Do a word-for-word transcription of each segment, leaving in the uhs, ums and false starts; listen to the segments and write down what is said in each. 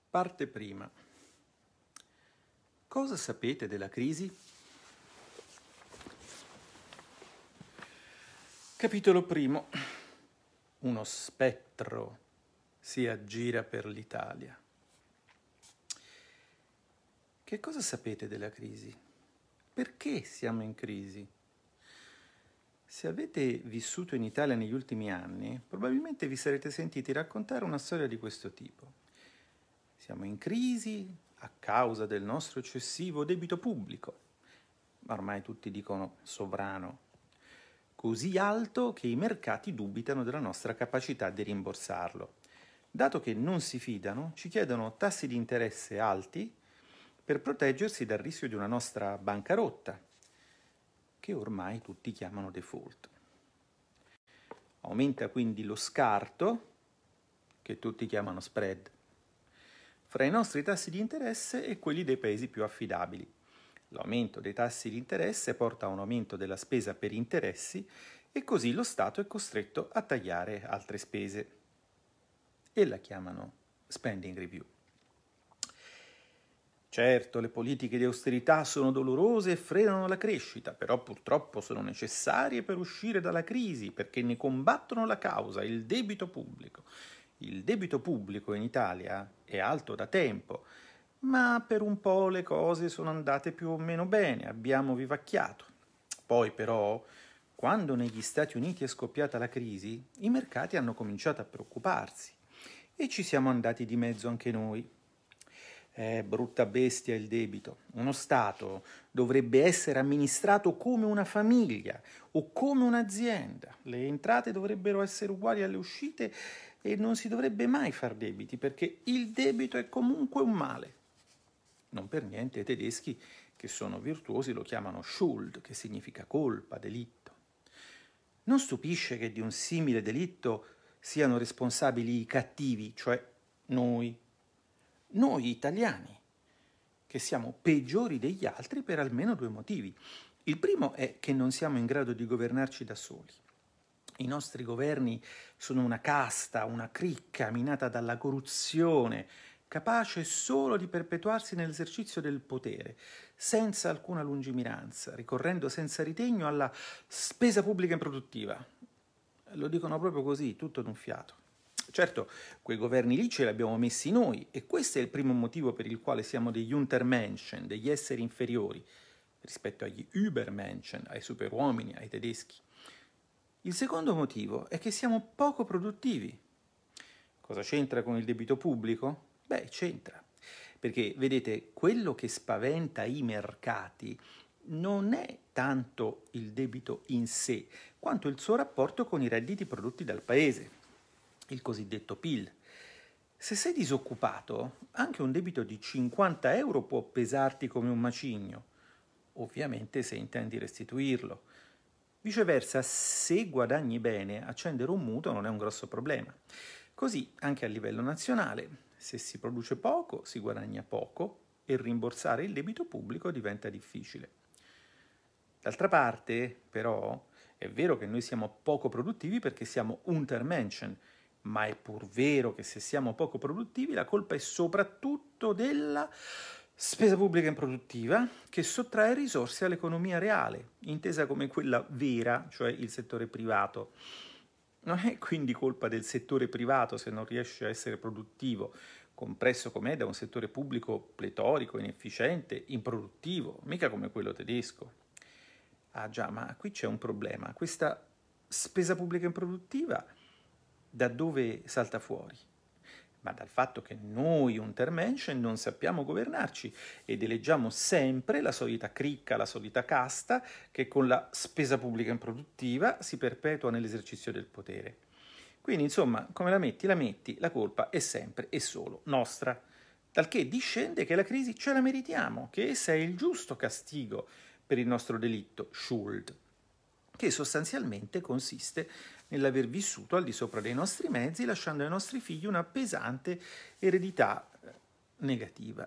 Parte prima. Cosa sapete della crisi? Capitolo primo. Uno spettro si aggira per l'Italia. Che cosa sapete della crisi? Perché siamo in crisi? Se avete vissuto in Italia negli ultimi anni, probabilmente vi sarete sentiti raccontare una storia di questo tipo. Siamo in crisi a causa del nostro eccessivo debito pubblico, ma ormai tutti dicono sovrano, così alto che i mercati dubitano della nostra capacità di rimborsarlo. Dato che non si fidano, ci chiedono tassi di interesse alti per proteggersi dal rischio di una nostra bancarotta, che ormai tutti chiamano default. Aumenta quindi lo scarto, che tutti chiamano spread, fra i nostri tassi di interesse e quelli dei paesi più affidabili. L'aumento dei tassi di interesse porta a un aumento della spesa per interessi e così lo Stato è costretto a tagliare altre spese. E la chiamano spending review. Certo, le politiche di austerità sono dolorose e frenano la crescita, però purtroppo sono necessarie per uscire dalla crisi, perché ne combattono la causa, il debito pubblico. Il debito pubblico in Italia è alto da tempo, ma per un po' le cose sono andate più o meno bene, abbiamo vivacchiato. Poi però, quando negli Stati Uniti è scoppiata la crisi, i mercati hanno cominciato a preoccuparsi e ci siamo andati di mezzo anche noi. Eh, brutta bestia il debito. Uno Stato dovrebbe essere amministrato come una famiglia o come un'azienda. Le entrate dovrebbero essere uguali alle uscite e non si dovrebbe mai far debiti, perché il debito è comunque un male. Non per niente i tedeschi, che sono virtuosi, lo chiamano Schuld, che significa colpa, delitto. Non stupisce che di un simile delitto siano responsabili i cattivi, cioè noi, noi italiani, che siamo peggiori degli altri per almeno due motivi. Il primo è che non siamo in grado di governarci da soli. I nostri governi sono una casta, una cricca minata dalla corruzione, capace solo di perpetuarsi nell'esercizio del potere, senza alcuna lungimiranza, ricorrendo senza ritegno alla spesa pubblica improduttiva. Lo dicono proprio così, tutto d'un fiato. Certo, quei governi lì ce li abbiamo messi noi e questo è il primo motivo per il quale siamo degli Untermenschen, degli esseri inferiori, rispetto agli Übermenschen, ai superuomini, ai tedeschi. Il secondo motivo è che siamo poco produttivi. Cosa c'entra con il debito pubblico? Beh, c'entra. Perché, vedete, quello che spaventa i mercati non è tanto il debito in sé, quanto il suo rapporto con i redditi prodotti dal paese, il cosiddetto P I L. Se sei disoccupato, anche un debito di cinquanta euro può pesarti come un macigno, ovviamente se intendi restituirlo. Viceversa, se guadagni bene, accendere un mutuo non è un grosso problema. Così, anche a livello nazionale, se si produce poco, si guadagna poco e rimborsare il debito pubblico diventa difficile. D'altra parte, però, è vero che noi siamo poco produttivi perché siamo Untermenschen, ma è pur vero che se siamo poco produttivi la colpa è soprattutto della spesa pubblica improduttiva che sottrae risorse all'economia reale, intesa come quella vera, cioè il settore privato. Non è quindi colpa del settore privato se non riesce a essere produttivo, compresso com'è da un settore pubblico pletorico, inefficiente, improduttivo, mica come quello tedesco. Ah già, ma qui c'è un problema. Questa spesa pubblica improduttiva da dove salta fuori? Ma dal fatto che noi Untermenschen non sappiamo governarci ed eleggiamo sempre la solita cricca, la solita casta che con la spesa pubblica improduttiva si perpetua nell'esercizio del potere. Quindi, insomma, come la metti, la metti, la colpa è sempre e solo nostra. Dal che discende che la crisi ce la meritiamo, che essa è il giusto castigo per il nostro delitto, Schuld, che sostanzialmente consiste nell'aver vissuto al di sopra dei nostri mezzi, lasciando ai nostri figli una pesante eredità negativa.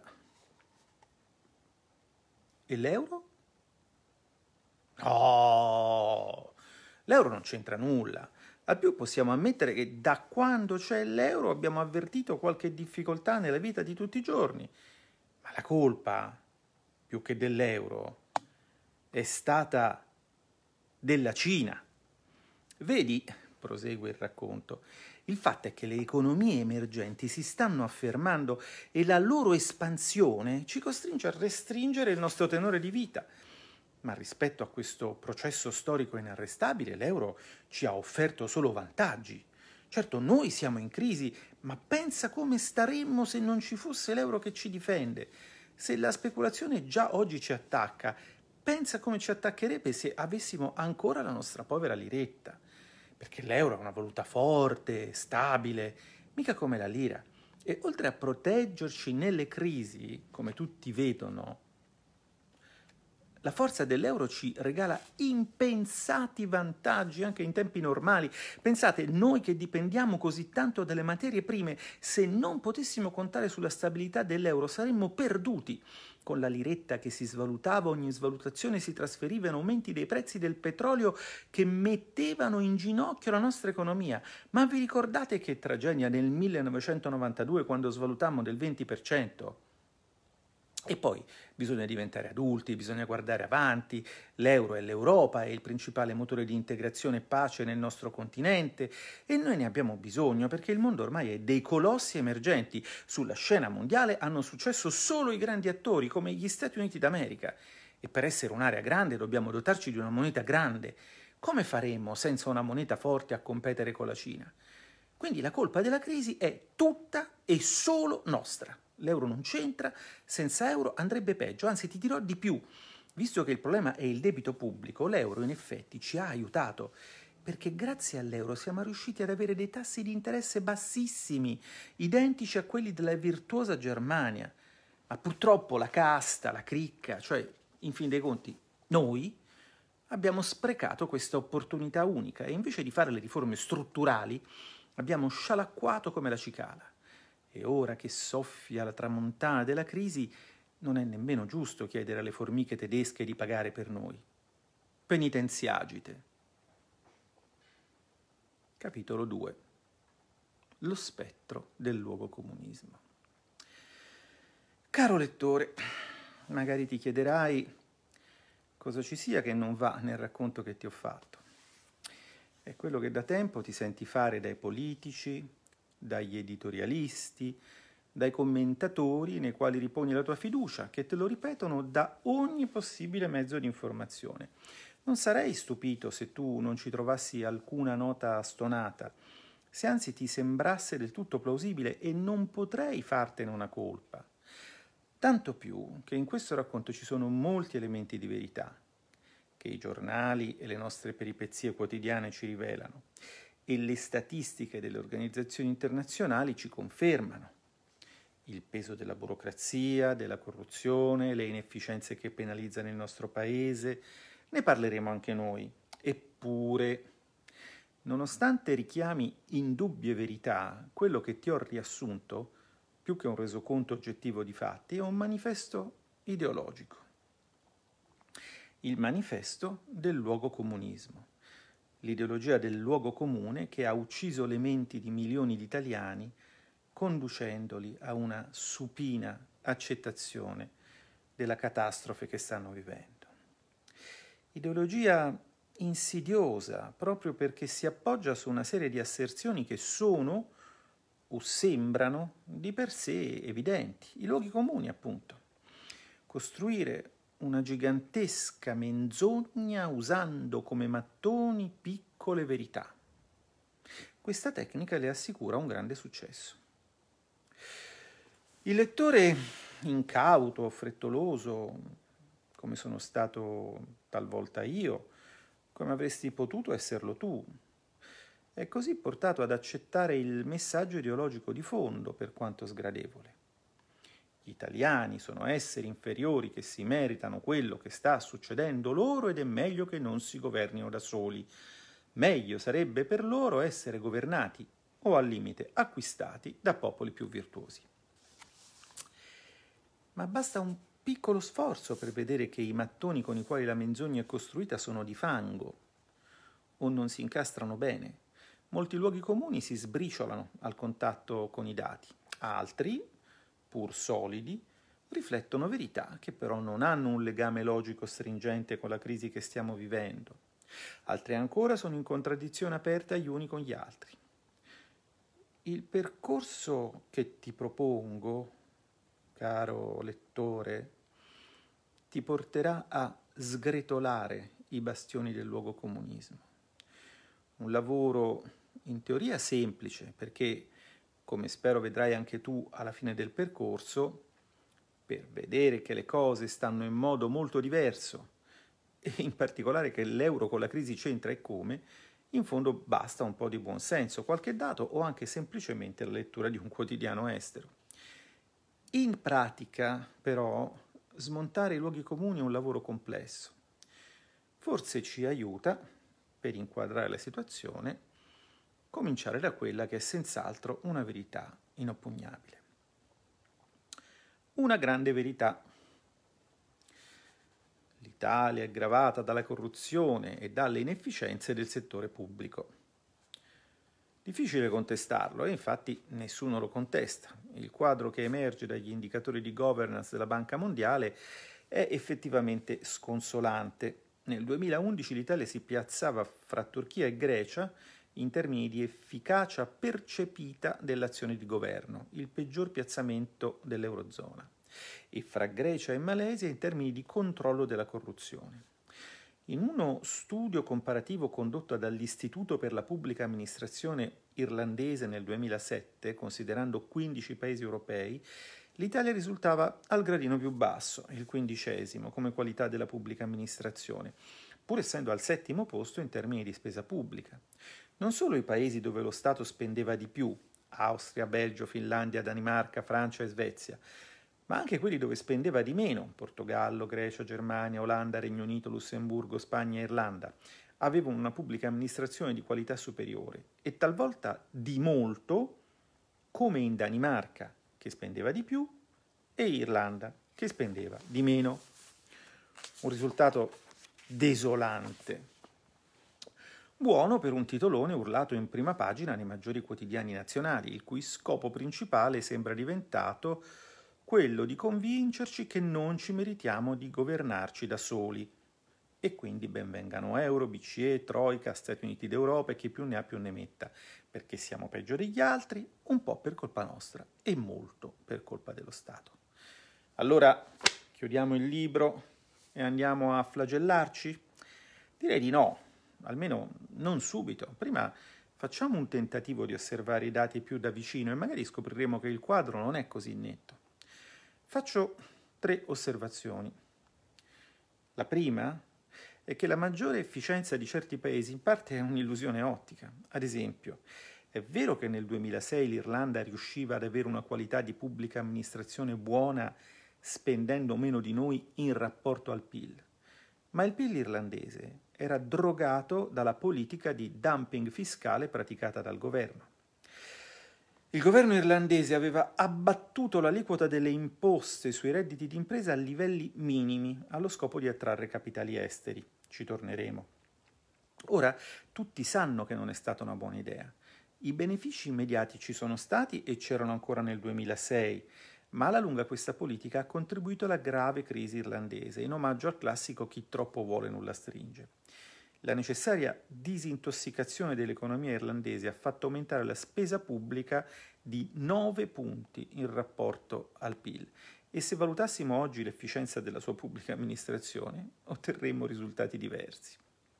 E l'euro? Oh, l'euro non c'entra nulla. Al più possiamo ammettere che da quando c'è l'euro abbiamo avvertito qualche difficoltà nella vita di tutti i giorni, ma la colpa, più che dell'euro, è stata della Cina. Vedi, prosegue il racconto, il fatto è che le economie emergenti si stanno affermando e la loro espansione ci costringe a restringere il nostro tenore di vita. Ma rispetto a questo processo storico inarrestabile, l'euro ci ha offerto solo vantaggi. Certo, noi siamo in crisi, ma pensa come staremmo se non ci fosse l'euro che ci difende. Se la speculazione già oggi ci attacca, pensa come ci attaccherebbe se avessimo ancora la nostra povera liretta. Perché l'euro è una valuta forte, stabile, mica come la lira. E oltre a proteggerci nelle crisi, come tutti vedono, la forza dell'euro ci regala impensati vantaggi anche in tempi normali. Pensate, noi che dipendiamo così tanto dalle materie prime, se non potessimo contare sulla stabilità dell'euro saremmo perduti. Con la liretta che si svalutava, ogni svalutazione si trasferiva in aumenti dei prezzi del petrolio che mettevano in ginocchio la nostra economia. Ma vi ricordate che tragedia nel millenovecentonovantadue quando svalutammo del venti per cento? E poi bisogna diventare adulti, bisogna guardare avanti, l'euro è l'Europa, è il principale motore di integrazione e pace nel nostro continente e noi ne abbiamo bisogno perché il mondo ormai è dei colossi emergenti. Sulla scena mondiale hanno successo solo i grandi attori come gli Stati Uniti d'America e per essere un'area grande dobbiamo dotarci di una moneta grande. Come faremo senza una moneta forte a competere con la Cina? Quindi la colpa della crisi è tutta e solo nostra. L'euro non c'entra, senza euro andrebbe peggio, anzi ti dirò di più. Visto che il problema è il debito pubblico, l'euro in effetti ci ha aiutato, perché grazie all'euro siamo riusciti ad avere dei tassi di interesse bassissimi, identici a quelli della virtuosa Germania. Ma purtroppo la casta, la cricca, cioè in fin dei conti noi, abbiamo sprecato questa opportunità unica e invece di fare le riforme strutturali abbiamo scialacquato come la cicala. E ora che soffia la tramontana della crisi, non è nemmeno giusto chiedere alle formiche tedesche di pagare per noi. Penitenziagite. Capitolo due. Lo spettro del luogo comunismo. Caro lettore, magari ti chiederai cosa ci sia che non va nel racconto che ti ho fatto. È quello che da tempo ti senti fare dai politici, dagli editorialisti, dai commentatori nei quali riponi la tua fiducia, che te lo ripetono da ogni possibile mezzo di informazione. Non sarei stupito se tu non ci trovassi alcuna nota stonata, se anzi ti sembrasse del tutto plausibile e non potrei fartene una colpa. Tanto più che in questo racconto ci sono molti elementi di verità, che i giornali e le nostre peripezie quotidiane ci rivelano, e le statistiche delle organizzazioni internazionali ci confermano. Il peso della burocrazia, della corruzione, le inefficienze che penalizzano il nostro paese, ne parleremo anche noi. Eppure, nonostante richiami indubbie verità, quello che ti ho riassunto, più che un resoconto oggettivo di fatti, è un manifesto ideologico. Il manifesto del luogo comunismo. L'ideologia del luogo comune che ha ucciso le menti di milioni di italiani, conducendoli a una supina accettazione della catastrofe che stanno vivendo. Ideologia insidiosa, proprio perché si appoggia su una serie di asserzioni che sono o sembrano di per sé evidenti, i luoghi comuni appunto. Costruire una gigantesca menzogna usando come mattoni piccole verità. Questa tecnica le assicura un grande successo. Il lettore incauto, frettoloso, come sono stato talvolta io, come avresti potuto esserlo tu, è così portato ad accettare il messaggio ideologico di fondo, per quanto sgradevole. Gli italiani sono esseri inferiori che si meritano quello che sta succedendo loro ed è meglio che non si governino da soli. Meglio sarebbe per loro essere governati o al limite acquistati da popoli più virtuosi. Ma basta un piccolo sforzo per vedere che i mattoni con i quali la menzogna è costruita sono di fango o non si incastrano bene, Molti luoghi comuni si sbriciolano al contatto con i dati, altri, pur solidi, riflettono verità che però non hanno un legame logico stringente con la crisi che stiamo vivendo. Altri ancora sono in contraddizione aperta gli uni con gli altri. Il percorso che ti propongo, caro lettore, ti porterà a sgretolare i bastioni del luogo comunismo. Un lavoro in teoria semplice, perché, come spero vedrai anche tu alla fine del percorso, per vedere che le cose stanno in modo molto diverso, e in particolare che l'euro con la crisi c'entra e come, in fondo basta un po' di buonsenso, qualche dato o anche semplicemente la lettura di un quotidiano estero. In pratica, però, smontare i luoghi comuni è un lavoro complesso. Forse ci aiuta, per inquadrare la situazione, cominciare da quella che è senz'altro una verità inoppugnabile. Una grande verità. L'Italia è gravata dalla corruzione e dalle inefficienze del settore pubblico. Difficile contestarlo e infatti nessuno lo contesta. Il quadro che emerge dagli indicatori di governance della Banca Mondiale è effettivamente sconsolante. Nel duemilaundici l'Italia si piazzava fra Turchia e Grecia in termini di efficacia percepita dell'azione di governo, il peggior piazzamento dell'Eurozona, e fra Grecia e Malesia in termini di controllo della corruzione. In uno studio comparativo condotto dall'Istituto per la Pubblica Amministrazione irlandese nel duemilasette, considerando quindici paesi europei, l'Italia risultava al gradino più basso, il quindicesimo, come qualità della pubblica amministrazione, pur essendo al settimo posto in termini di spesa pubblica. Non solo i paesi dove lo Stato spendeva di più, Austria, Belgio, Finlandia, Danimarca, Francia e Svezia, ma anche quelli dove spendeva di meno, Portogallo, Grecia, Germania, Olanda, Regno Unito, Lussemburgo, Spagna e Irlanda, avevano una pubblica amministrazione di qualità superiore e talvolta di molto, come in Danimarca, che spendeva di più, e Irlanda, che spendeva di meno. Un risultato desolante. Buono per un titolone urlato in prima pagina nei maggiori quotidiani nazionali, il cui scopo principale sembra diventato quello di convincerci che non ci meritiamo di governarci da soli. E quindi benvengano euro, B C E, Troika, Stati Uniti d'Europa e chi più ne ha più ne metta, perché siamo peggio degli altri, un po' per colpa nostra e molto per colpa dello Stato. Allora chiudiamo il libro e andiamo a flagellarci? Direi di no, almeno non subito. Prima facciamo un tentativo di osservare i dati più da vicino e magari scopriremo che il quadro non è così netto. Faccio tre osservazioni. La prima è che la maggiore efficienza di certi paesi in parte è un'illusione ottica. Ad esempio, è vero che nel duemilasei l'Irlanda riusciva ad avere una qualità di pubblica amministrazione buona spendendo meno di noi in rapporto al P I L, ma il P I L irlandese era drogato dalla politica di dumping fiscale praticata dal governo. Il governo irlandese aveva abbattuto l'aliquota delle imposte sui redditi d'impresa a livelli minimi, allo scopo di attrarre capitali esteri. Ci torneremo. Ora, tutti sanno che non è stata una buona idea. I benefici immediati ci sono stati e c'erano ancora nel duemilasei, ma alla lunga questa politica ha contribuito alla grave crisi irlandese, in omaggio al classico chi troppo vuole nulla stringe. La necessaria disintossicazione dell'economia irlandese ha fatto aumentare la spesa pubblica di nove punti in rapporto al P I L e se valutassimo oggi l'efficienza della sua pubblica amministrazione otterremmo risultati diversi.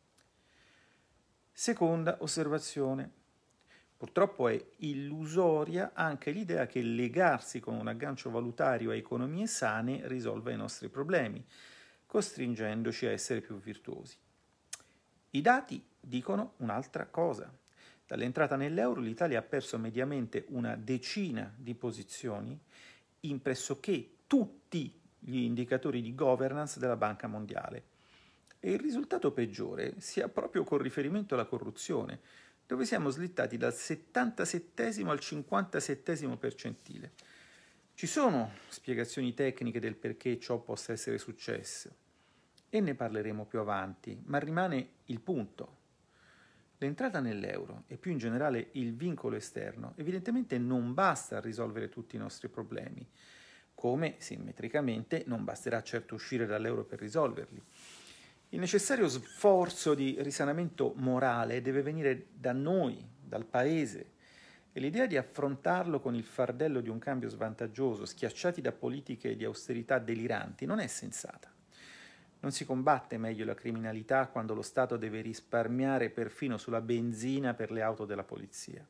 Seconda osservazione. Purtroppo è illusoria anche l'idea che legarsi con un aggancio valutario a economie sane risolva i nostri problemi, costringendoci a essere più virtuosi. I dati dicono un'altra cosa. Dall'entrata nell'euro l'Italia ha perso mediamente una decina di posizioni in pressoché tutti gli indicatori di governance della Banca Mondiale. E il risultato peggiore si ha proprio con riferimento alla corruzione, dove siamo slittati dal settantasettesimo al cinquantasettesimo percentile. Ci sono spiegazioni tecniche del perché ciò possa essere successo e ne parleremo più avanti, ma rimane il punto. L'entrata nell'euro e più in generale il vincolo esterno evidentemente non basta a risolvere tutti i nostri problemi, come simmetricamente non basterà certo uscire dall'euro per risolverli. Il necessario sforzo di risanamento morale deve venire da noi, dal Paese, e l'idea di affrontarlo con il fardello di un cambio svantaggioso, schiacciati da politiche di austerità deliranti, non è sensata. Non si combatte meglio la criminalità quando lo Stato deve risparmiare perfino sulla benzina per le auto della polizia.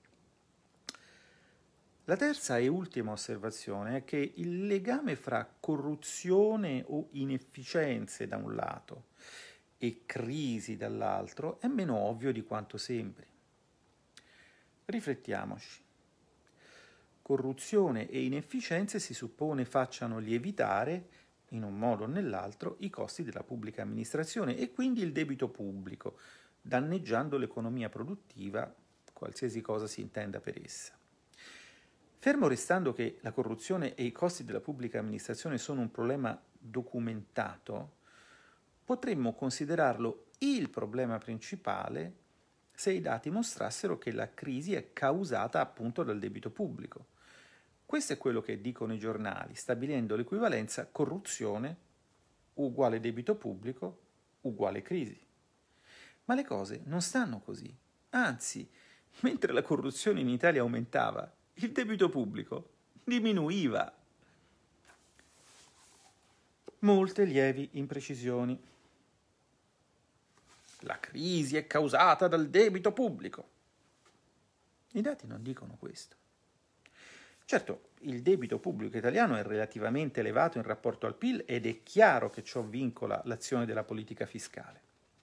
La terza e ultima osservazione è che il legame fra corruzione o inefficienze da un lato e crisi dall'altro è meno ovvio di quanto sembri. Riflettiamoci. Corruzione e inefficienze si suppone facciano lievitare, in un modo o nell'altro, i costi della pubblica amministrazione e quindi il debito pubblico, danneggiando l'economia produttiva, qualsiasi cosa si intenda per essa. Fermo restando che la corruzione e i costi della pubblica amministrazione sono un problema documentato, potremmo considerarlo il problema principale se i dati mostrassero che la crisi è causata appunto dal debito pubblico. Questo è quello che dicono i giornali, stabilendo l'equivalenza corruzione uguale debito pubblico uguale crisi. Ma le cose non stanno così. Anzi, mentre la corruzione in Italia aumentava, il debito pubblico diminuiva. Molte lievi imprecisioni. La crisi è causata dal debito pubblico. I dati non dicono questo. Certo, il debito pubblico italiano è relativamente elevato in rapporto al P I L ed è chiaro che ciò vincola l'azione della politica fiscale.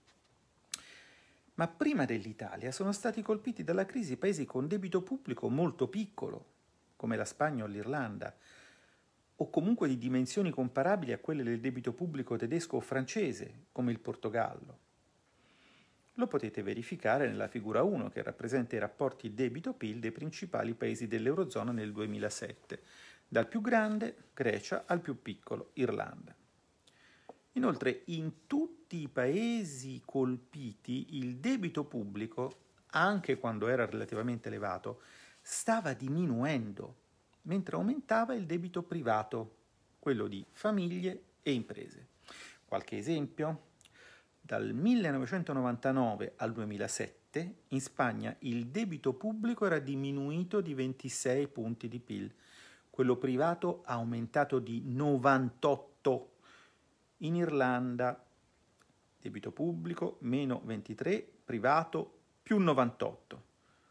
Ma prima dell'Italia sono stati colpiti dalla crisi paesi con debito pubblico molto piccolo, come la Spagna o l'Irlanda, o comunque di dimensioni comparabili a quelle del debito pubblico tedesco o francese, come il Portogallo. Lo potete verificare nella figura uno, che rappresenta i rapporti debito-P I L dei principali paesi dell'Eurozona nel duemilasette, dal più grande, Grecia, al più piccolo, Irlanda. Inoltre, in tutti i paesi colpiti, il debito pubblico, anche quando era relativamente elevato, stava diminuendo, mentre aumentava il debito privato, quello di famiglie e imprese. Qualche esempio? Dal millenovecentonovantanove al duemilasette in Spagna il debito pubblico era diminuito di ventisei punti di P I L, quello privato ha aumentato di novantotto. In Irlanda debito pubblico meno ventitré, privato più novantotto.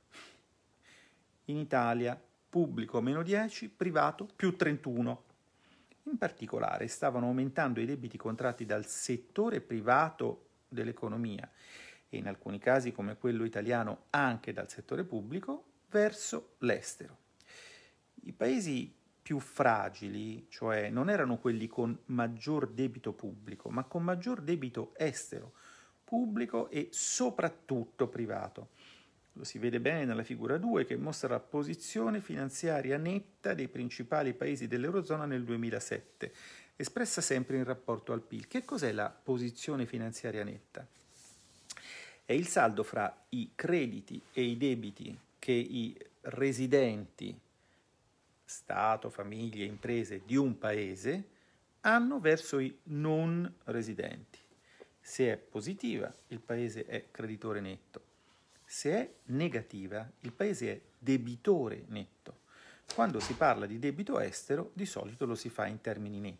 In Italia pubblico meno dieci, privato più trentuno. In particolare stavano aumentando i debiti contratti dal settore privato dell'economia e in alcuni casi, come quello italiano, anche dal settore pubblico, verso l'estero. I paesi più fragili, cioè non erano quelli con maggior debito pubblico, ma con maggior debito estero, pubblico e soprattutto privato. Lo si vede bene nella figura due, che mostra la posizione finanziaria netta dei principali paesi dell'Eurozona nel duemilasette, espressa sempre in rapporto al P I L. Che cos'è la posizione finanziaria netta? È il saldo fra i crediti e i debiti che i residenti, Stato, famiglie, imprese di un paese, hanno verso i non residenti. Se è positiva, il paese è creditore netto. Se è negativa, il paese è debitore netto. Quando si parla di debito estero, di solito lo si fa in termini netti.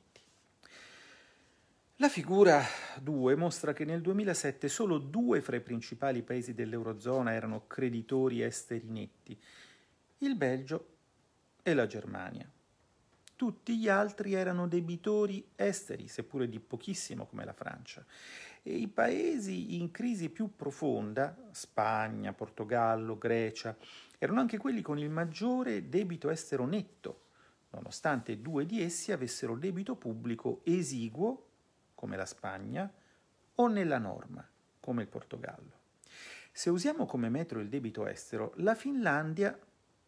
La figura due mostra che nel duemilasette solo due fra i principali paesi dell'Eurozona erano creditori esteri netti, il Belgio e la Germania. Tutti gli altri erano debitori esteri, seppure di pochissimo come la Francia. E i paesi in crisi più profonda, Spagna, Portogallo, Grecia, erano anche quelli con il maggiore debito estero netto, nonostante due di essi avessero debito pubblico esiguo, come la Spagna, o nella norma, come il Portogallo. Se usiamo come metro il debito estero, la Finlandia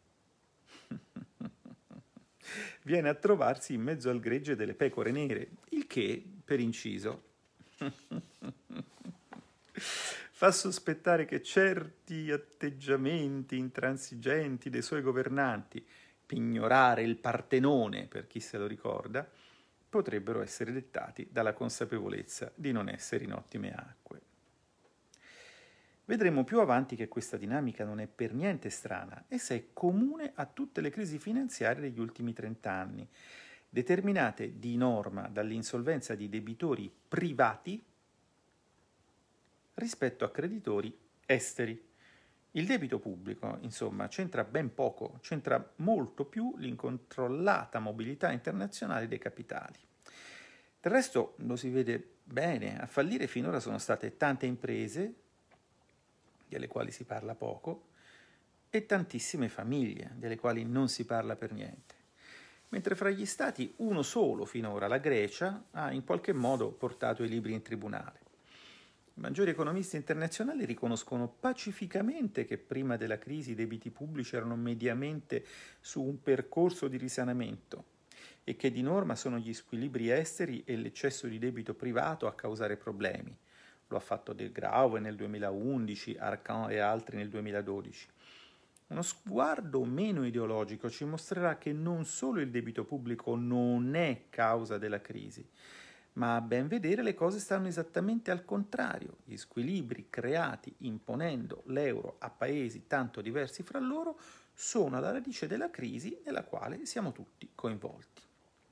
viene a trovarsi in mezzo al gregge delle pecore nere, il che, per inciso, fa sospettare che certi atteggiamenti intransigenti dei suoi governanti, pignorare il Partenone, per chi se lo ricorda, potrebbero essere dettati dalla consapevolezza di non essere in ottime acque. Vedremo più avanti che questa dinamica non è per niente strana, essa è comune a tutte le crisi finanziarie degli ultimi trent'anni, determinate di norma dall'insolvenza di debitori privati rispetto a creditori esteri. Il debito pubblico, insomma, c'entra ben poco, c'entra molto più l'incontrollata mobilità internazionale dei capitali. Del resto lo si vede bene, a fallire finora sono state tante imprese, delle quali si parla poco, e tantissime famiglie, delle quali non si parla per niente. Mentre fra gli stati uno solo finora, la Grecia, ha in qualche modo portato i libri in tribunale. I maggiori economisti internazionali riconoscono pacificamente che prima della crisi i debiti pubblici erano mediamente su un percorso di risanamento e che di norma sono gli squilibri esteri e l'eccesso di debito privato a causare problemi. Lo ha fatto De Grauwe nel duemilaundici, Arcan e altri nel duemiladodici. Uno sguardo meno ideologico ci mostrerà che non solo il debito pubblico non è causa della crisi, ma a ben vedere le cose stanno esattamente al contrario. Gli squilibri creati imponendo l'euro a paesi tanto diversi fra loro sono alla radice della crisi nella quale siamo tutti coinvolti.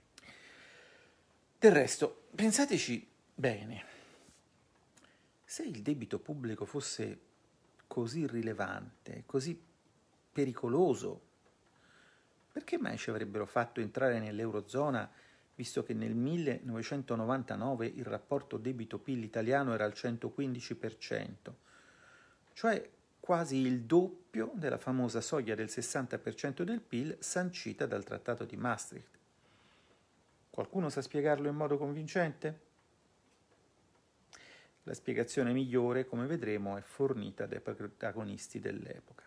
Del resto, pensateci bene, se il debito pubblico fosse così rilevante, così pericoloso, perché mai ci avrebbero fatto entrare nell'Eurozona, visto che nel millenovecentonovantanove il rapporto debito-P I L italiano era al centoquindici per cento, cioè quasi il doppio della famosa soglia del sessanta per cento del P I L sancita dal Trattato di Maastricht. Qualcuno sa spiegarlo in modo convincente? La spiegazione migliore, come vedremo, è fornita dai protagonisti dell'epoca.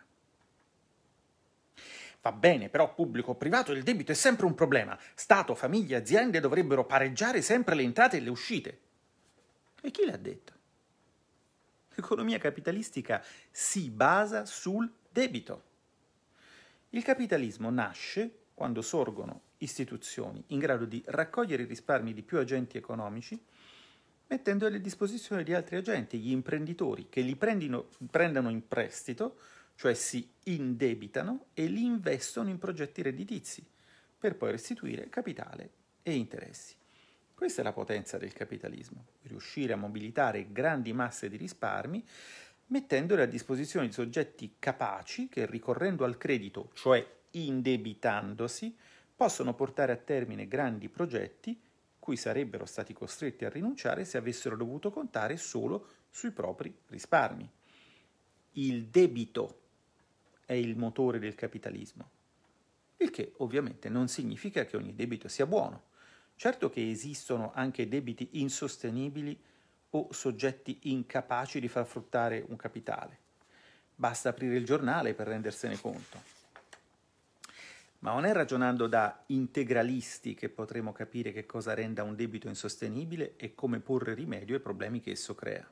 Va bene, però pubblico o privato il debito è sempre un problema. Stato, famiglie, aziende dovrebbero pareggiare sempre le entrate e le uscite. E chi l'ha detto? L'economia capitalistica si basa sul debito. Il capitalismo nasce quando sorgono istituzioni in grado di raccogliere i risparmi di più agenti economici, mettendoli a disposizione di altri agenti, gli imprenditori, che li prendino, prendano in prestito, cioè si indebitano e li investono in progetti redditizi, per poi restituire capitale e interessi. Questa è la potenza del capitalismo, riuscire a mobilitare grandi masse di risparmi, mettendole a disposizione di soggetti capaci che, ricorrendo al credito, cioè indebitandosi, possono portare a termine grandi progetti cui sarebbero stati costretti a rinunciare se avessero dovuto contare solo sui propri risparmi. Il debito è il motore del capitalismo, il che ovviamente non significa che ogni debito sia buono. Certo che esistono anche debiti insostenibili o soggetti incapaci di far fruttare un capitale. Basta aprire il giornale per rendersene conto. Ma non è ragionando da integralisti che potremo capire che cosa renda un debito insostenibile e come porre rimedio ai problemi che esso crea.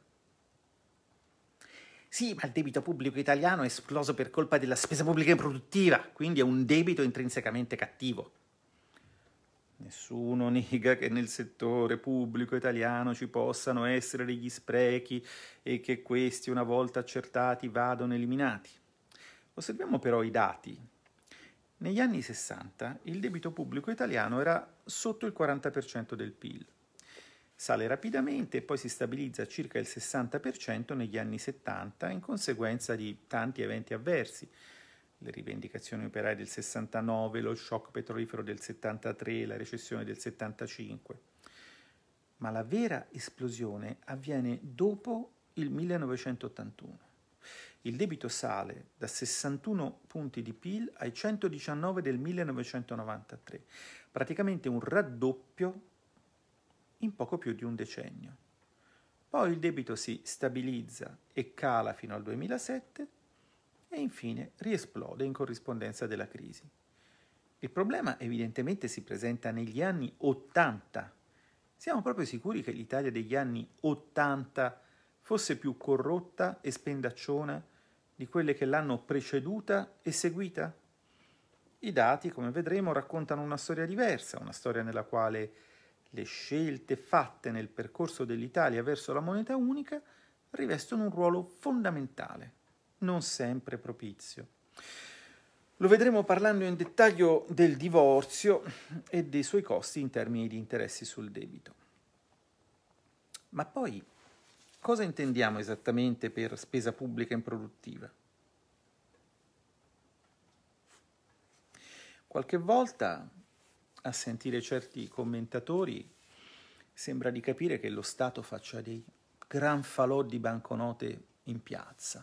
Sì, ma il debito pubblico italiano è esploso per colpa della spesa pubblica improduttiva, quindi è un debito intrinsecamente cattivo. Nessuno nega che nel settore pubblico italiano ci possano essere degli sprechi e che questi, una volta accertati, vadano eliminati. Osserviamo però i dati. Negli anni sessanta il debito pubblico italiano era sotto il quaranta per cento del P I L. Sale rapidamente e poi si stabilizza a circa il sessanta per cento negli anni settanta in conseguenza di tanti eventi avversi. Le rivendicazioni operaie del sessantanove, lo shock petrolifero del settantatré, la recessione del settantacinque. Ma la vera esplosione avviene dopo il millenovecentottantuno. Il debito sale da sessantuno punti di P I L ai centodiciannove del millenovecentonovantatré, praticamente un raddoppio in poco più di un decennio. Poi il debito si stabilizza e cala fino al duemilasette e infine riesplode in corrispondenza della crisi. Il problema evidentemente si presenta negli anni ottanta. Siamo proprio sicuri che l'Italia degli anni ottanta fosse più corrotta e spendacciona di quelle che l'hanno preceduta e seguita? I dati, come vedremo, raccontano una storia diversa, una storia nella quale le scelte fatte nel percorso dell'Italia verso la moneta unica rivestono un ruolo fondamentale, non sempre propizio. Lo vedremo parlando in dettaglio del divorzio e dei suoi costi in termini di interessi sul debito. Ma poi, cosa intendiamo esattamente per spesa pubblica improduttiva? Qualche volta, a sentire certi commentatori, sembra di capire che lo Stato faccia dei gran falò di banconote in piazza.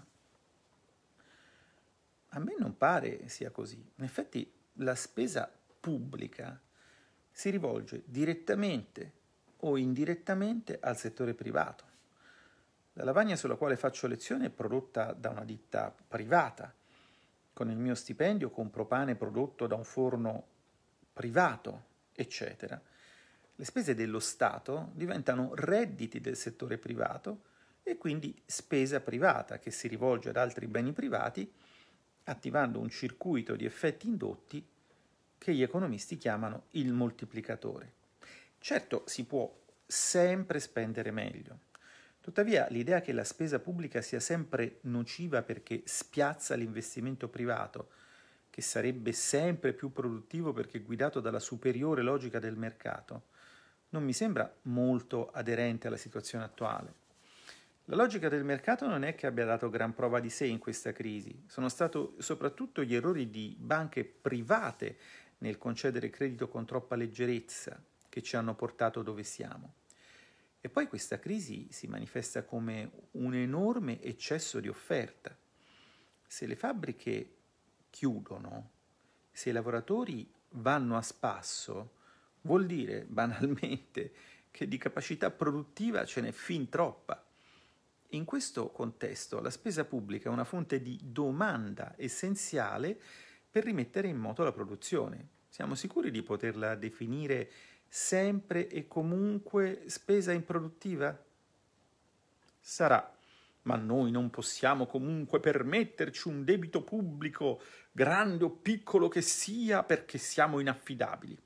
A me non pare sia così. In effetti la spesa pubblica si rivolge direttamente o indirettamente al settore privato. La lavagna sulla quale faccio lezione è prodotta da una ditta privata. Con il mio stipendio compro pane prodotto da un forno privato, eccetera. Le spese dello Stato diventano redditi del settore privato e quindi spesa privata che si rivolge ad altri beni privati, attivando un circuito di effetti indotti che gli economisti chiamano il moltiplicatore. Certo, si può sempre spendere meglio. Tuttavia, l'idea che la spesa pubblica sia sempre nociva perché spiazza l'investimento privato, che sarebbe sempre più produttivo perché guidato dalla superiore logica del mercato, non mi sembra molto aderente alla situazione attuale. La logica del mercato non è che abbia dato gran prova di sé in questa crisi, sono stati soprattutto gli errori di banche private nel concedere credito con troppa leggerezza che ci hanno portato dove siamo. E poi questa crisi si manifesta come un enorme eccesso di offerta. Se le fabbriche chiudono, se i lavoratori vanno a spasso, vuol dire banalmente che di capacità produttiva ce n'è fin troppa. In questo contesto la spesa pubblica è una fonte di domanda essenziale per rimettere in moto la produzione. Siamo sicuri di poterla definire sempre e comunque spesa improduttiva? Sarà, ma noi non possiamo comunque permetterci un debito pubblico, grande o piccolo che sia, perché siamo inaffidabili.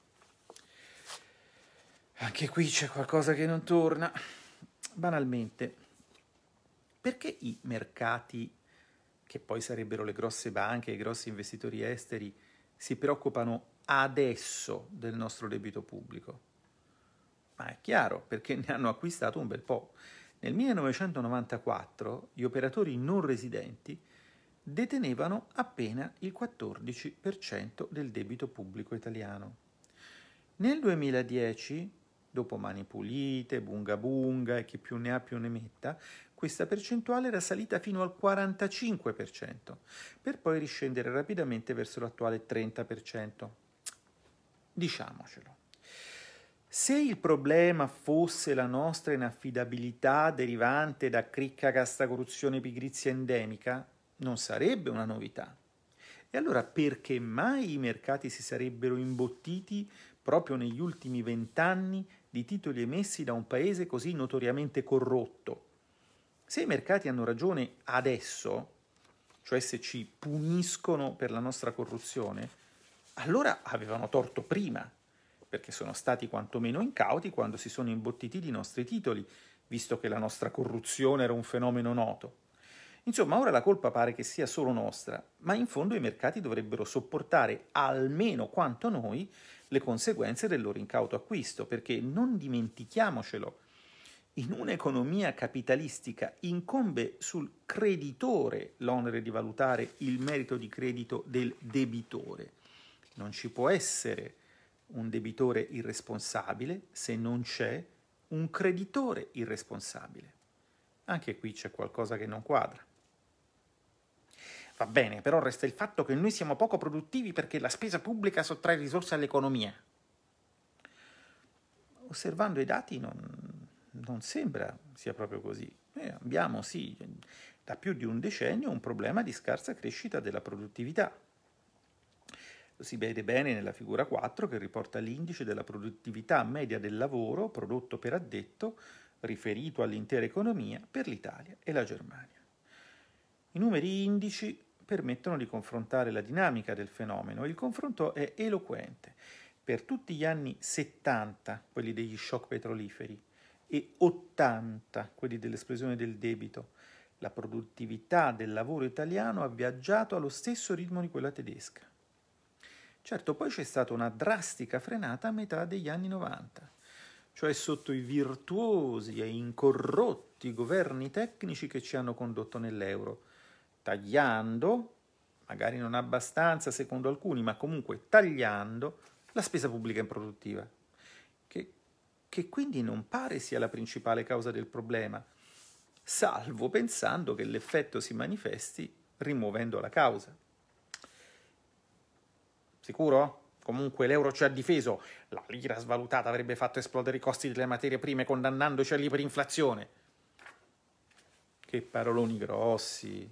Anche qui c'è qualcosa che non torna. Banalmente, perché i mercati, che poi sarebbero le grosse banche, i grossi investitori esteri, si preoccupano adesso del nostro debito pubblico? Ma è chiaro, perché ne hanno acquistato un bel po'. Nel millenovecentonovantaquattro gli operatori non residenti detenevano appena il quattordici per cento del debito pubblico italiano. Nel duemiladieci, dopo Mani Pulite, Bunga Bunga e chi più ne ha più ne metta, questa percentuale era salita fino al quarantacinque per cento, per poi riscendere rapidamente verso l'attuale trenta per cento. Diciamocelo. Se il problema fosse la nostra inaffidabilità derivante da cricca, casta, corruzione e pigrizia endemica, non sarebbe una novità. E allora perché mai i mercati si sarebbero imbottiti proprio negli ultimi vent'anni di titoli emessi da un paese così notoriamente corrotto? Se i mercati hanno ragione adesso, cioè se ci puniscono per la nostra corruzione, allora avevano torto prima, perché sono stati quantomeno incauti quando si sono imbottiti di nostri titoli, visto che la nostra corruzione era un fenomeno noto. Insomma, ora la colpa pare che sia solo nostra, ma in fondo i mercati dovrebbero sopportare almeno quanto noi le conseguenze del loro incauto acquisto, perché non dimentichiamocelo, in un'economia capitalistica incombe sul creditore l'onere di valutare il merito di credito del debitore. Non ci può essere un debitore irresponsabile se non c'è un creditore irresponsabile. Anche qui c'è qualcosa che non quadra. Va bene, però resta il fatto che noi siamo poco produttivi perché la spesa pubblica sottrae risorse all'economia. Osservando i dati non, non sembra sia proprio così. Noi abbiamo, sì, da più di un decennio un problema di scarsa crescita della produttività. Lo si vede bene nella figura quattro che riporta l'indice della produttività media del lavoro prodotto per addetto riferito all'intera economia per l'Italia e la Germania. I numeri indici permettono di confrontare la dinamica del fenomeno. Il confronto è eloquente. Per tutti gli anni settanta, quelli degli shock petroliferi, e ottanta, quelli dell'esplosione del debito, la produttività del lavoro italiano ha viaggiato allo stesso ritmo di quella tedesca. Certo, poi c'è stata una drastica frenata a metà degli anni novanta, cioè sotto i virtuosi e incorrotti governi tecnici che ci hanno condotto nell'euro, tagliando, magari non abbastanza secondo alcuni, ma comunque tagliando la spesa pubblica improduttiva, che, che quindi non pare sia la principale causa del problema, salvo pensando che l'effetto si manifesti rimuovendo la causa. Sicuro? Comunque l'euro ci ha difeso, la lira svalutata avrebbe fatto esplodere i costi delle materie prime condannandoci all'iperinflazione. Che paroloni grossi!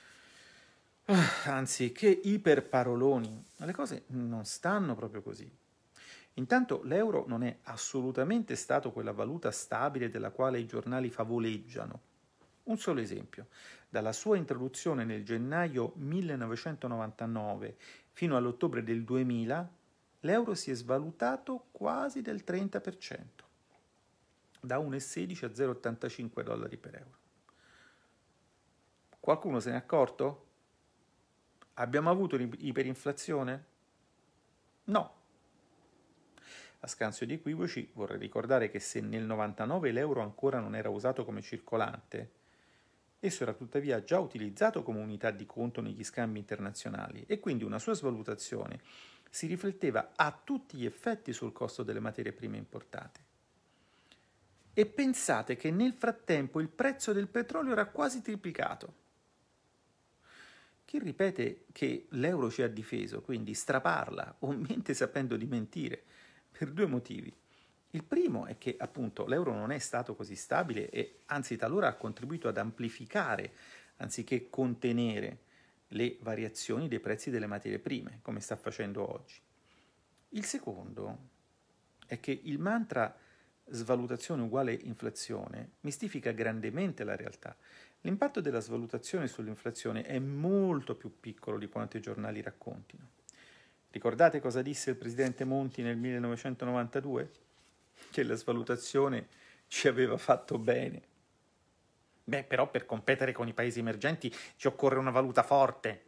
Anzi, che iperparoloni. Le cose non stanno proprio così. Intanto l'euro non è assolutamente stato quella valuta stabile della quale i giornali favoleggiano. Un solo esempio. Dalla sua introduzione nel gennaio millenovecentonovantanove fino all'ottobre del duemila, l'euro si è svalutato quasi del trenta per cento, da uno virgola sedici a zero virgola ottantacinque dollari per euro. Qualcuno se n'è accorto? Abbiamo avuto iperinflazione? No. A scanso di equivoci vorrei ricordare che se nel novantanove l'euro ancora non era usato come circolante, esso era tuttavia già utilizzato come unità di conto negli scambi internazionali e quindi una sua svalutazione si rifletteva a tutti gli effetti sul costo delle materie prime importate. E pensate che nel frattempo il prezzo del petrolio era quasi triplicato. Chi ripete che l'euro ci ha difeso, quindi straparla o mente sapendo di mentire, per due motivi. Il primo è che appunto l'euro non è stato così stabile e anzi talora ha contribuito ad amplificare anziché contenere le variazioni dei prezzi delle materie prime, come sta facendo oggi. Il secondo è che il mantra svalutazione uguale inflazione mistifica grandemente la realtà. L'impatto della svalutazione sull'inflazione è molto più piccolo di quanto i giornali raccontino. Ricordate cosa disse il presidente Monti nel millenovecentonovantadue? Che la svalutazione ci aveva fatto bene. Beh, però per competere con i paesi emergenti ci occorre una valuta forte.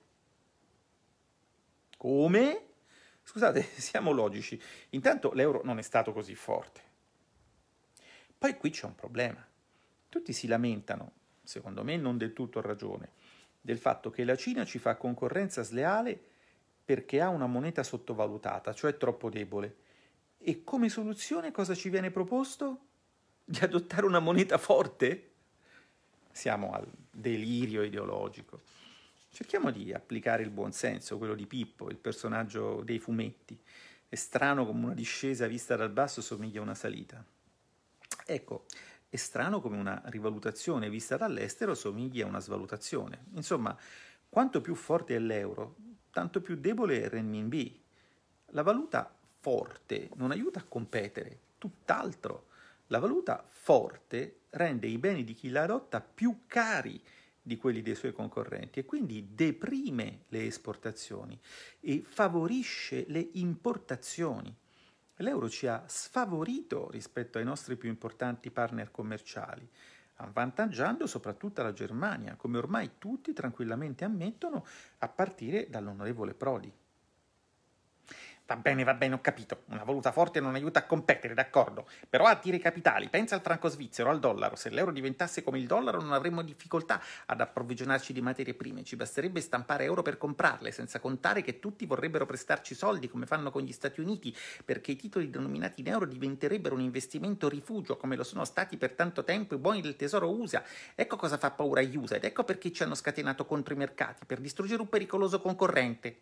Come? Scusate, siamo logici. Intanto l'euro non è stato così forte. Poi qui c'è un problema. Tutti si lamentano, secondo me non del tutto a ragione, del fatto che la Cina ci fa concorrenza sleale perché ha una moneta sottovalutata, cioè troppo debole. E come soluzione cosa ci viene proposto? Di adottare una moneta forte? Siamo al delirio ideologico. Cerchiamo di applicare il buonsenso, quello di Pippo, il personaggio dei fumetti. È strano come una discesa vista dal basso somiglia a una salita. Ecco, è strano come una rivalutazione vista dall'estero somiglia a una svalutazione. Insomma, quanto più forte è l'euro, tanto più debole è il renminbi. La valuta forte non aiuta a competere, tutt'altro. La valuta forte rende i beni di chi la adotta più cari di quelli dei suoi concorrenti e quindi deprime le esportazioni e favorisce le importazioni. L'euro ci ha sfavorito rispetto ai nostri più importanti partner commerciali, avvantaggiando soprattutto la Germania, come ormai tutti tranquillamente ammettono, a partire dall'onorevole Prodi. Va bene, va bene, ho capito. Una valuta forte non aiuta a competere, d'accordo. Però attira i capitali. Pensa al franco svizzero, al dollaro. Se l'euro diventasse come il dollaro non avremmo difficoltà ad approvvigionarci di materie prime. Ci basterebbe stampare euro per comprarle, senza contare che tutti vorrebbero prestarci soldi, come fanno con gli Stati Uniti, perché i titoli denominati in euro diventerebbero un investimento rifugio, come lo sono stati per tanto tempo i buoni del tesoro U S A. Ecco cosa fa paura agli U S A ed ecco perché ci hanno scatenato contro i mercati, per distruggere un pericoloso concorrente.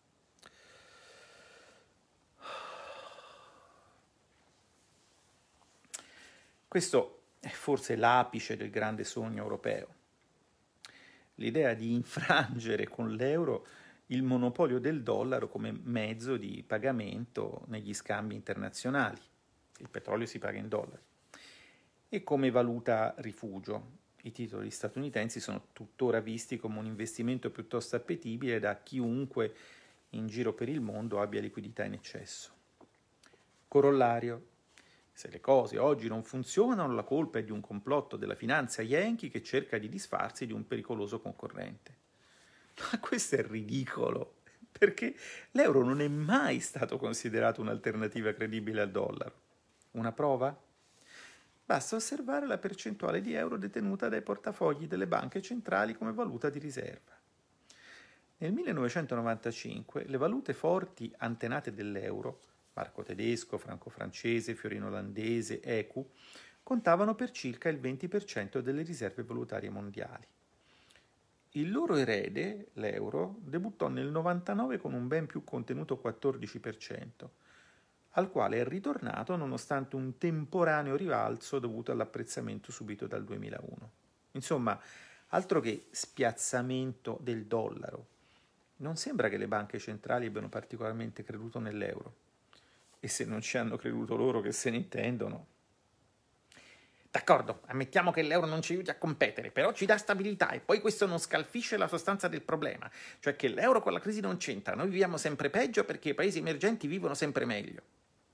Questo è forse l'apice del grande sogno europeo. L'idea di infrangere con l'euro il monopolio del dollaro come mezzo di pagamento negli scambi internazionali. Il petrolio si paga in dollari. e come valuta rifugio. I titoli statunitensi sono tuttora visti come un investimento piuttosto appetibile da chiunque in giro per il mondo abbia liquidità in eccesso. Corollario: se le cose oggi non funzionano, la colpa è di un complotto della finanza yankee che cerca di disfarsi di un pericoloso concorrente. Ma questo è ridicolo, perché l'euro non è mai stato considerato un'alternativa credibile al dollaro. Una prova? Basta osservare la percentuale di euro detenuta dai portafogli delle banche centrali come valuta di riserva. Nel millenovecentonovantacinque le valute forti antenate dell'euro, marco tedesco, franco francese, fiorino olandese, ecu, contavano per circa il venti per cento delle riserve valutarie mondiali. Il loro erede, l'euro, debuttò nel novantanove con un ben più contenuto quattordici per cento, al quale è ritornato nonostante un temporaneo rialzo dovuto all'apprezzamento subito dal duemilauno. Insomma, altro che spiazzamento del dollaro. Non sembra che le banche centrali abbiano particolarmente creduto nell'euro. E se non ci hanno creduto loro, che se ne intendono? D'accordo, ammettiamo che l'euro non ci aiuti a competere, però ci dà stabilità e poi questo non scalfisce la sostanza del problema, cioè che l'euro con la crisi non c'entra, noi viviamo sempre peggio perché i paesi emergenti vivono sempre meglio.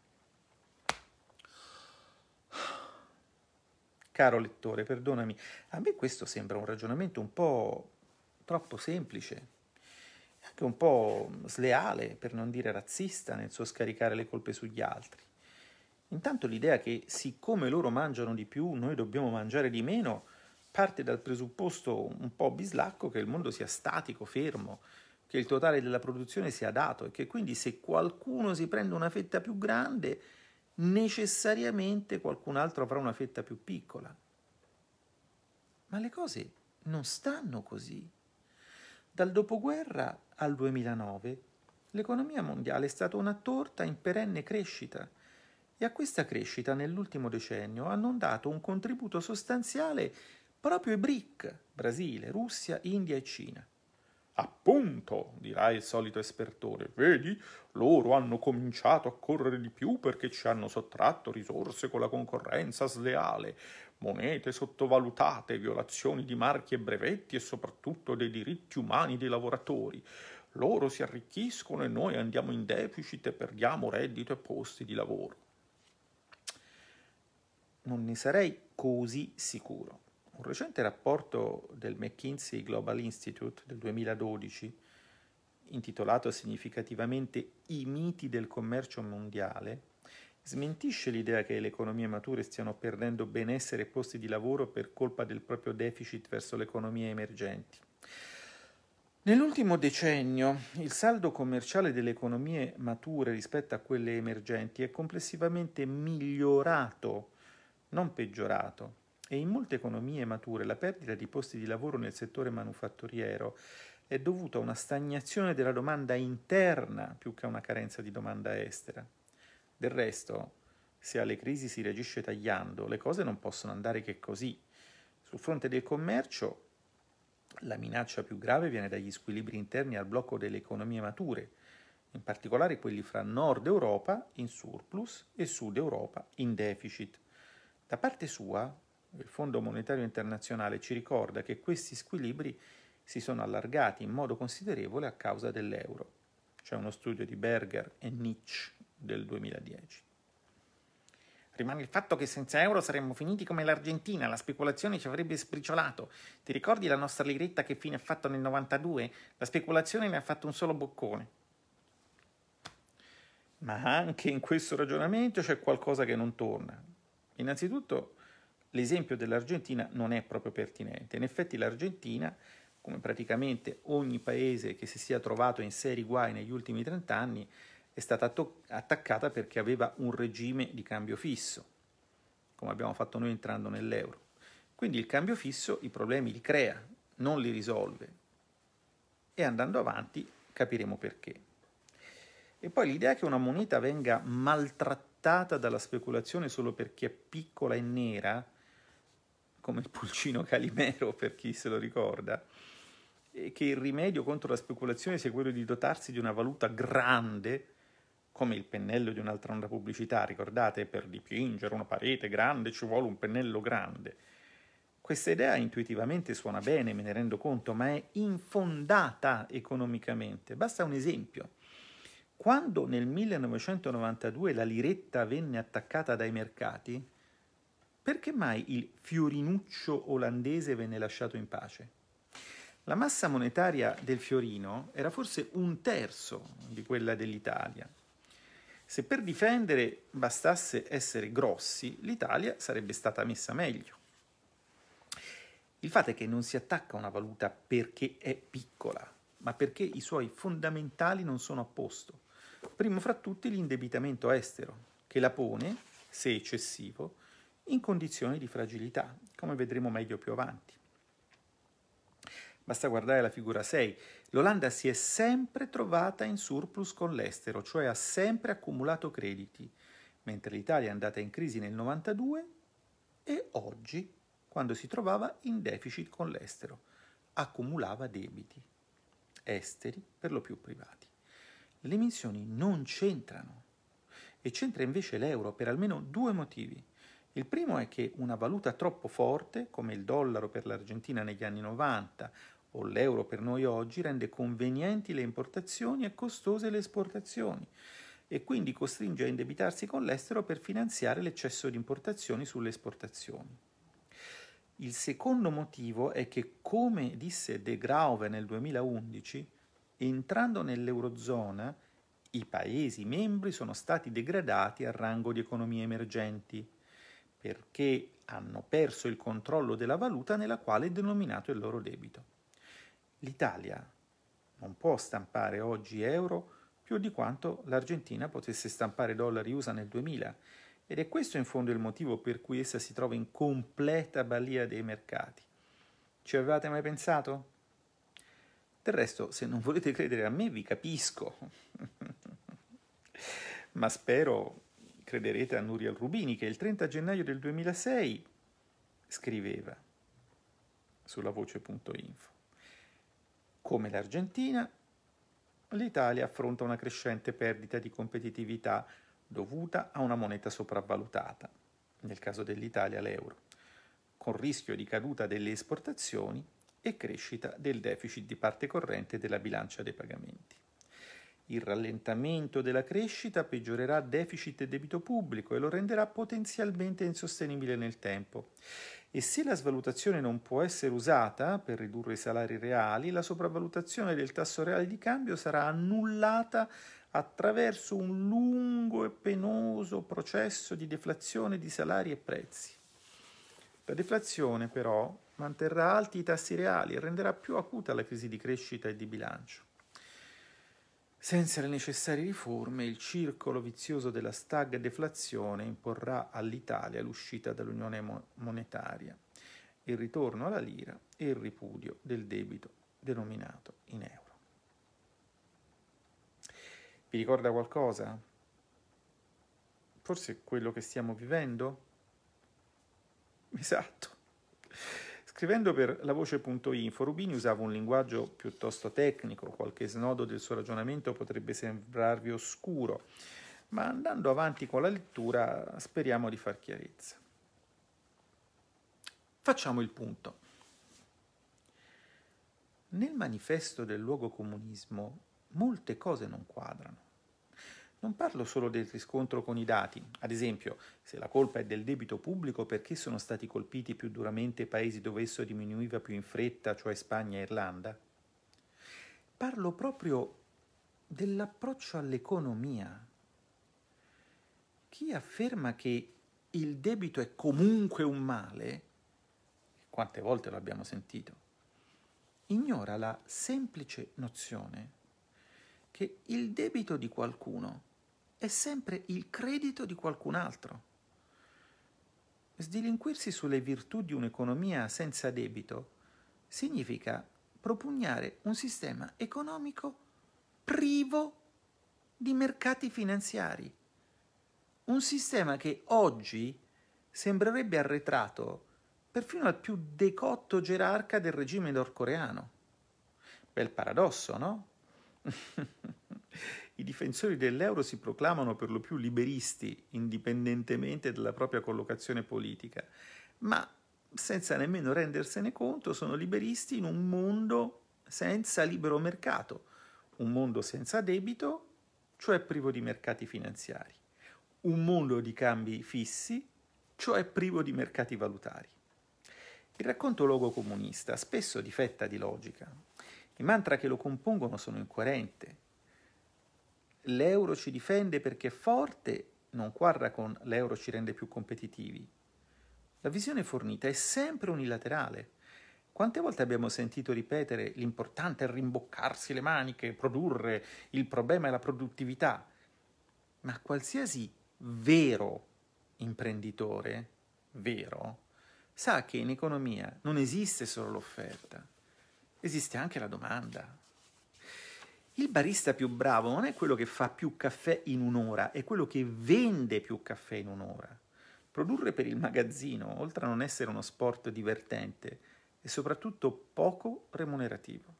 Caro lettore, perdonami, a me questo sembra un ragionamento un po' troppo semplice, anche un po' sleale, per non dire razzista, nel suo scaricare le colpe sugli altri. Intanto l'idea che siccome loro mangiano di più, noi dobbiamo mangiare di meno, parte dal presupposto un po' bislacco che il mondo sia statico, fermo, che il totale della produzione sia dato e che quindi se qualcuno si prende una fetta più grande, necessariamente qualcun altro avrà una fetta più piccola. Ma le cose non stanno così. Dal dopoguerra al duemilanove l'economia mondiale è stata una torta in perenne crescita e a questa crescita nell'ultimo decennio hanno dato un contributo sostanziale proprio i B R I C, Brasile, Russia, India e Cina. Appunto, dirà il solito espertore, vedi, loro hanno cominciato a correre di più perché ci hanno sottratto risorse con la concorrenza sleale, monete sottovalutate, violazioni di marchi e brevetti e soprattutto dei diritti umani dei lavoratori. Loro si arricchiscono e noi andiamo in deficit e perdiamo reddito e posti di lavoro. Non ne sarei così sicuro. Un recente rapporto del McKinsey Global Institute del duemiladodici, intitolato significativamente I miti del commercio mondiale, smentisce l'idea che le economie mature stiano perdendo benessere e posti di lavoro per colpa del proprio deficit verso le economie emergenti. Nell'ultimo decennio il saldo commerciale delle economie mature rispetto a quelle emergenti è complessivamente migliorato, non peggiorato, e in molte economie mature la perdita di posti di lavoro nel settore manufatturiero è dovuta a una stagnazione della domanda interna più che a una carenza di domanda estera. Del resto, se alle crisi si reagisce tagliando, le cose non possono andare che così. Sul fronte del commercio, la minaccia più grave viene dagli squilibri interni al blocco delle economie mature, in particolare quelli fra Nord Europa in surplus e Sud Europa in deficit. Da parte sua, il Fondo Monetario Internazionale ci ricorda che questi squilibri si sono allargati in modo considerevole a causa dell'euro. C'è uno studio di Berger e Nietzsche del duemiladieci. Rimane il fatto che senza euro saremmo finiti come l'Argentina, la speculazione ci avrebbe sbriciolato. Ti ricordi la nostra liretta che fine ha fatto nel novantadue? La speculazione ne ha fatto un solo boccone. Ma anche in questo ragionamento c'è qualcosa che non torna. Innanzitutto, l'esempio dell'Argentina non è proprio pertinente. In effetti l'Argentina, come praticamente ogni paese che si sia trovato in seri guai negli ultimi trent'anni, è stata to- attaccata perché aveva un regime di cambio fisso, come abbiamo fatto noi entrando nell'euro. Quindi il cambio fisso i problemi li crea, non li risolve. E andando avanti capiremo perché. E poi l'idea che una moneta venga maltrattata dalla speculazione solo perché è piccola e nera, come il pulcino Calimero per chi se lo ricorda, e che il rimedio contro la speculazione sia quello di dotarsi di una valuta grande, come il pennello di un'altra onda pubblicità, ricordate? Per dipingere una parete grande ci vuole un pennello grande. Questa idea intuitivamente suona bene, me ne rendo conto, ma è infondata economicamente. Basta un esempio. Quando nel millenovecentonovantadue la liretta venne attaccata dai mercati, perché mai il fiorinuccio olandese venne lasciato in pace? La massa monetaria del fiorino era forse un terzo di quella dell'Italia. Se per difendere bastasse essere grossi, l'Italia sarebbe stata messa meglio. Il fatto è che non si attacca una valuta perché è piccola, ma perché i suoi fondamentali non sono a posto. Primo fra tutti l'indebitamento estero, che la pone, se eccessivo, in condizioni di fragilità, come vedremo meglio più avanti. Basta guardare la figura sei. L'Olanda si è sempre trovata in surplus con l'estero, cioè ha sempre accumulato crediti, mentre l'Italia è andata in crisi nel novantadue e oggi, quando si trovava in deficit con l'estero, accumulava debiti esteri, per lo più privati. Le emissioni non c'entrano e c'entra invece l'euro per almeno due motivi. Il primo è che una valuta troppo forte, come il dollaro per l'Argentina negli anni novanta o l'euro per noi oggi, rende convenienti le importazioni e costose le esportazioni e quindi costringe a indebitarsi con l'estero per finanziare l'eccesso di importazioni sulle esportazioni. Il secondo motivo è che, come disse De Grauwe nel duemilaundici, entrando nell'Eurozona, i Paesi membri sono stati degradati al rango di economie emergenti, perché hanno perso il controllo della valuta nella quale è denominato il loro debito. L'Italia non può stampare oggi euro più di quanto l'Argentina potesse stampare dollari U S A nel duemila, ed è questo in fondo il motivo per cui essa si trova in completa balia dei mercati. Ci avevate mai pensato? Del resto, se non volete credere a me, vi capisco. Ma spero crederete a Nouriel Roubini, che il trenta gennaio del duemilasei scriveva sulla voce punto info: come l'Argentina, l'Italia affronta una crescente perdita di competitività dovuta a una moneta sopravvalutata, nel caso dell'Italia l'euro, con rischio di caduta delle esportazioni e crescita del deficit di parte corrente della bilancia dei pagamenti. Il rallentamento della crescita peggiorerà deficit e debito pubblico e lo renderà potenzialmente insostenibile nel tempo. E se la svalutazione non può essere usata per ridurre i salari reali, la sopravvalutazione del tasso reale di cambio sarà annullata attraverso un lungo e penoso processo di deflazione di salari e prezzi. La deflazione, però, manterrà alti i tassi reali e renderà più acuta la crisi di crescita e di bilancio. Senza le necessarie riforme, il circolo vizioso della stagflazione imporrà all'Italia l'uscita dall'unione monetaria, il ritorno alla lira e il ripudio del debito denominato in euro. Vi ricorda qualcosa? Forse quello che stiamo vivendo? Esatto. Scrivendo per la voce punto info, Roubini usava un linguaggio piuttosto tecnico, qualche snodo del suo ragionamento potrebbe sembrarvi oscuro, ma andando avanti con la lettura speriamo di far chiarezza. Facciamo il punto. Nel manifesto del luogo comunismo molte cose non quadrano. Non parlo solo del riscontro con i dati, ad esempio, se la colpa è del debito pubblico, perché sono stati colpiti più duramente i paesi dove esso diminuiva più in fretta, cioè Spagna e Irlanda. Parlo proprio dell'approccio all'economia. Chi afferma che il debito è comunque un male, quante volte lo abbiamo sentito, ignora la semplice nozione che il debito di qualcuno è sempre il credito di qualcun altro. Sdilinquirsi sulle virtù di un'economia senza debito significa propugnare un sistema economico privo di mercati finanziari. Un sistema che oggi sembrerebbe arretrato perfino al più decotto gerarca del regime nordcoreano. Bel paradosso, no? I difensori dell'euro si proclamano per lo più liberisti, indipendentemente dalla propria collocazione politica, ma senza nemmeno rendersene conto sono liberisti in un mondo senza libero mercato, un mondo senza debito, cioè privo di mercati finanziari, un mondo di cambi fissi, cioè privo di mercati valutari. Il racconto logocomunista spesso difetta di logica. I mantra che lo compongono sono incoerenti. L'euro ci difende perché è forte, non quadra con l'euro ci rende più competitivi. La visione fornita è sempre unilaterale. Quante volte abbiamo sentito ripetere l'importante è rimboccarsi le maniche, produrre, il problema è la produttività. Ma qualsiasi vero imprenditore, vero, sa che in economia non esiste solo l'offerta, esiste anche la domanda. Il barista più bravo non è quello che fa più caffè in un'ora, è quello che vende più caffè in un'ora. Produrre per il magazzino, oltre a non essere uno sport divertente, è soprattutto poco remunerativo.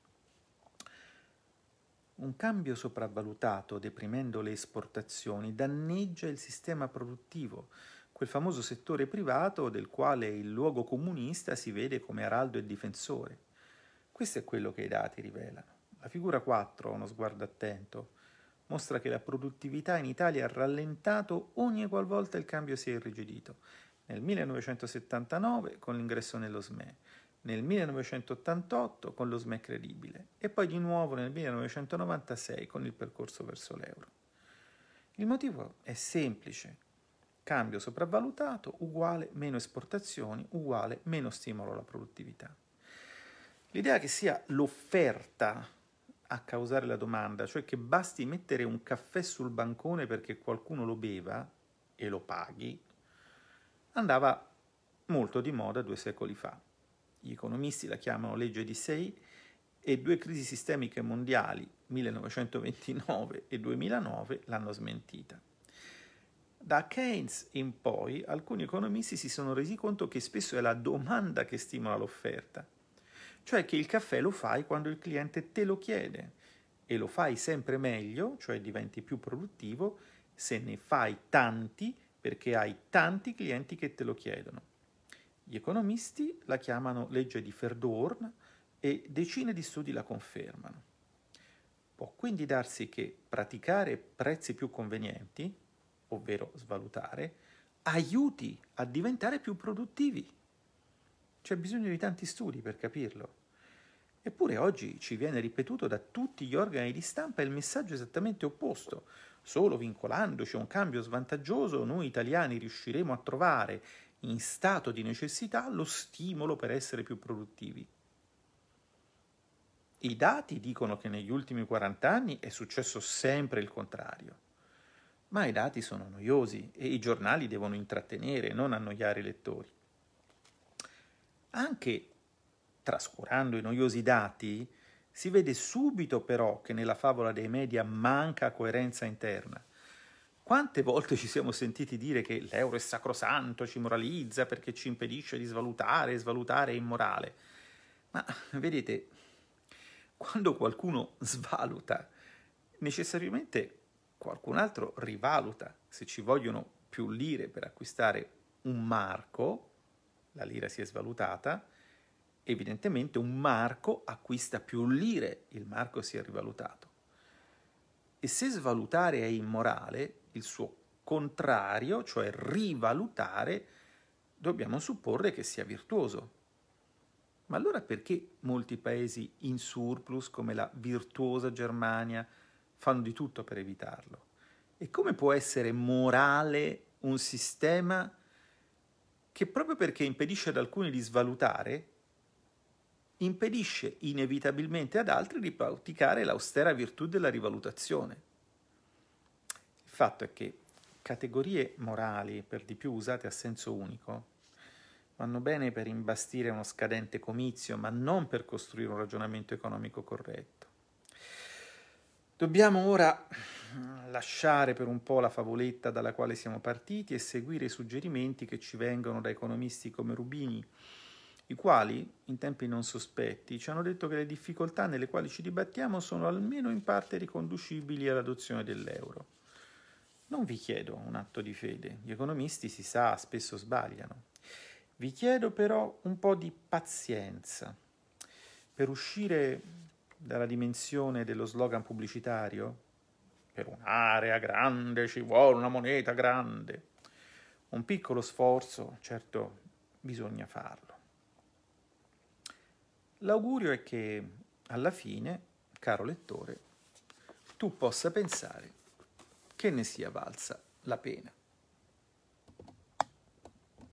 Un cambio sopravvalutato, deprimendo le esportazioni, danneggia il sistema produttivo, quel famoso settore privato del quale il luogo comunista si vede come araldo e difensore. Questo è quello che i dati rivelano. La figura quattro, uno sguardo attento, mostra che la produttività in Italia ha rallentato ogni qualvolta il cambio si è irrigidito. Nel millenovecentosettantanove con l'ingresso nello S M E, nel millenovecentottantotto con lo S M E credibile e poi di nuovo nel millenovecentonovantasei con il percorso verso l'euro. Il motivo è semplice. Cambio sopravvalutato uguale meno esportazioni uguale meno stimolo alla produttività. L'idea che sia l'offerta a causare la domanda, cioè che basti mettere un caffè sul bancone perché qualcuno lo beva e lo paghi, andava molto di moda due secoli fa. Gli economisti la chiamano legge di Say e due crisi sistemiche mondiali, millenovecentoventinove e duemilanove, l'hanno smentita. Da Keynes in poi alcuni economisti si sono resi conto che spesso è la domanda che stimola l'offerta, cioè che il caffè lo fai quando il cliente te lo chiede e lo fai sempre meglio, cioè diventi più produttivo, se ne fai tanti perché hai tanti clienti che te lo chiedono. Gli economisti la chiamano legge di Verdorn e decine di studi la confermano. Può quindi darsi che praticare prezzi più convenienti, ovvero svalutare, aiuti a diventare più produttivi. C'è bisogno di tanti studi per capirlo. Eppure oggi ci viene ripetuto da tutti gli organi di stampa il messaggio esattamente opposto. Solo vincolandoci a un cambio svantaggioso noi italiani riusciremo a trovare in stato di necessità lo stimolo per essere più produttivi. I dati dicono che negli ultimi quaranta anni è successo sempre il contrario. Ma i dati sono noiosi e i giornali devono intrattenere, non annoiare i lettori. Anche trascurando i noiosi dati, si vede subito però che nella favola dei media manca coerenza interna. Quante volte ci siamo sentiti dire che l'euro è sacrosanto, ci moralizza perché ci impedisce di svalutare, e svalutare è immorale. Ma vedete, quando qualcuno svaluta, necessariamente qualcun altro rivaluta. Se ci vogliono più lire per acquistare un marco, la lira si è svalutata, evidentemente un marco acquista più lire, il marco si è rivalutato. E se svalutare è immorale, il suo contrario, cioè rivalutare, dobbiamo supporre che sia virtuoso. Ma allora perché molti paesi in surplus, come la virtuosa Germania, fanno di tutto per evitarlo? E come può essere morale un sistema che proprio perché impedisce ad alcuni di svalutare, impedisce inevitabilmente ad altri di praticare l'austera virtù della rivalutazione? Il fatto è che categorie morali, per di più usate a senso unico, vanno bene per imbastire uno scadente comizio, ma non per costruire un ragionamento economico corretto. Dobbiamo ora lasciare per un po' la favoletta dalla quale siamo partiti e seguire i suggerimenti che ci vengono da economisti come Rubini i quali, in tempi non sospetti, ci hanno detto che le difficoltà nelle quali ci dibattiamo sono almeno in parte riconducibili all'adozione dell'euro. Non vi chiedo un atto di fede, gli economisti, si sa, spesso sbagliano. Vi chiedo però un po' di pazienza per uscire dalla dimensione dello slogan pubblicitario. Per un'area grande ci vuole una moneta grande. Un piccolo sforzo, certo, bisogna farlo. L'augurio è che alla fine, caro lettore, tu possa pensare che ne sia valsa la pena.